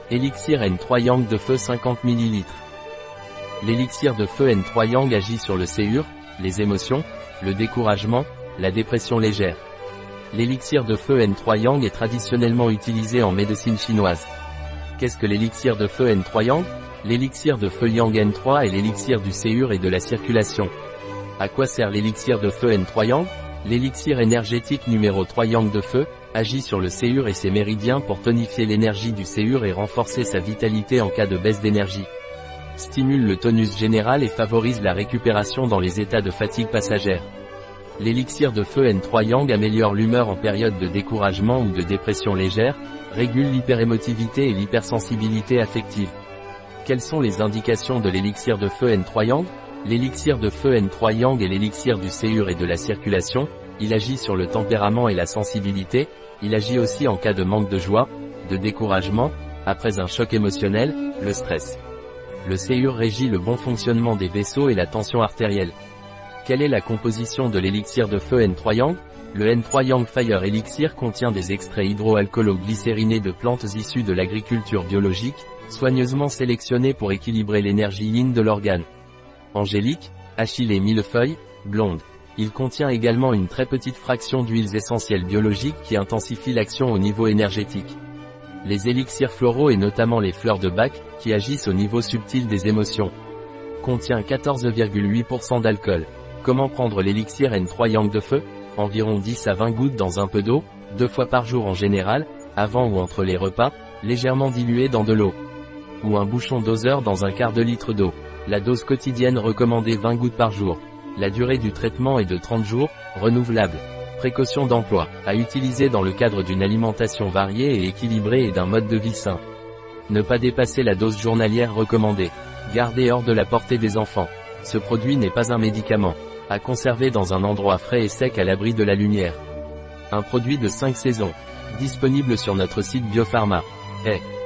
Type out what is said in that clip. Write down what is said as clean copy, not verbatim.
Élixir N3 Yang de feu 50 ml. L'élixir de feu N3 Yang agit sur le séhur, les émotions, le découragement, la dépression légère. L'élixir de feu N3 Yang est traditionnellement utilisé en médecine chinoise. Qu'est-ce que l'élixir de feu N3 Yang? L'élixir de feu Yang N3 est l'élixir du séhur et de la circulation. À quoi sert l'élixir de feu N3 Yang? L'élixir énergétique numéro 3 Yang de feu agit sur le séhur et ses méridiens pour tonifier l'énergie du séhur et renforcer sa vitalité en cas de baisse d'énergie. Stimule le tonus général et favorise la récupération dans les états de fatigue passagère. L'élixir de feu N3 Yang améliore l'humeur en période de découragement ou de dépression légère, régule l'hyperémotivité et l'hypersensibilité affective. Quelles sont les indications de l'élixir de feu N3 Yang? L'élixir de feu N3 Yang est l'élixir du séhur et de la circulation. Il agit sur le tempérament et la sensibilité. Il agit aussi en cas de manque de joie, de découragement, après un choc émotionnel, le stress. Le séhur régit le bon fonctionnement des vaisseaux et la tension artérielle. Quelle est la composition de l'élixir de feu N3 Yang? Le N3 Yang Fire Elixir contient des extraits hydroalcoolo-glycérinés de plantes issues de l'agriculture biologique, soigneusement sélectionnés pour équilibrer l'énergie yin de l'organe. Angélique, achillée millefeuille, blonde. Il contient également une très petite fraction d'huiles essentielles biologiques qui intensifient l'action au niveau énergétique. Les élixirs floraux et notamment les fleurs de bac, qui agissent au niveau subtil des émotions. Contient 14,8% d'alcool. Comment prendre l'élixir N3 Yang de feu? Environ 10 à 20 gouttes dans un peu d'eau, 2 fois par jour en général, avant ou entre les repas, légèrement dilué dans de l'eau. Ou un bouchon doseur dans un quart de litre d'eau. La dose quotidienne recommandée 20 gouttes par jour. La durée du traitement est de 30 jours, renouvelable. Précaution d'emploi, à utiliser dans le cadre d'une alimentation variée et équilibrée et d'un mode de vie sain. Ne pas dépasser la dose journalière recommandée. Garder hors de la portée des enfants. Ce produit n'est pas un médicament. À conserver dans un endroit frais et sec à l'abri de la lumière. Un produit de 5 saisons. Disponible sur notre site Biopharma.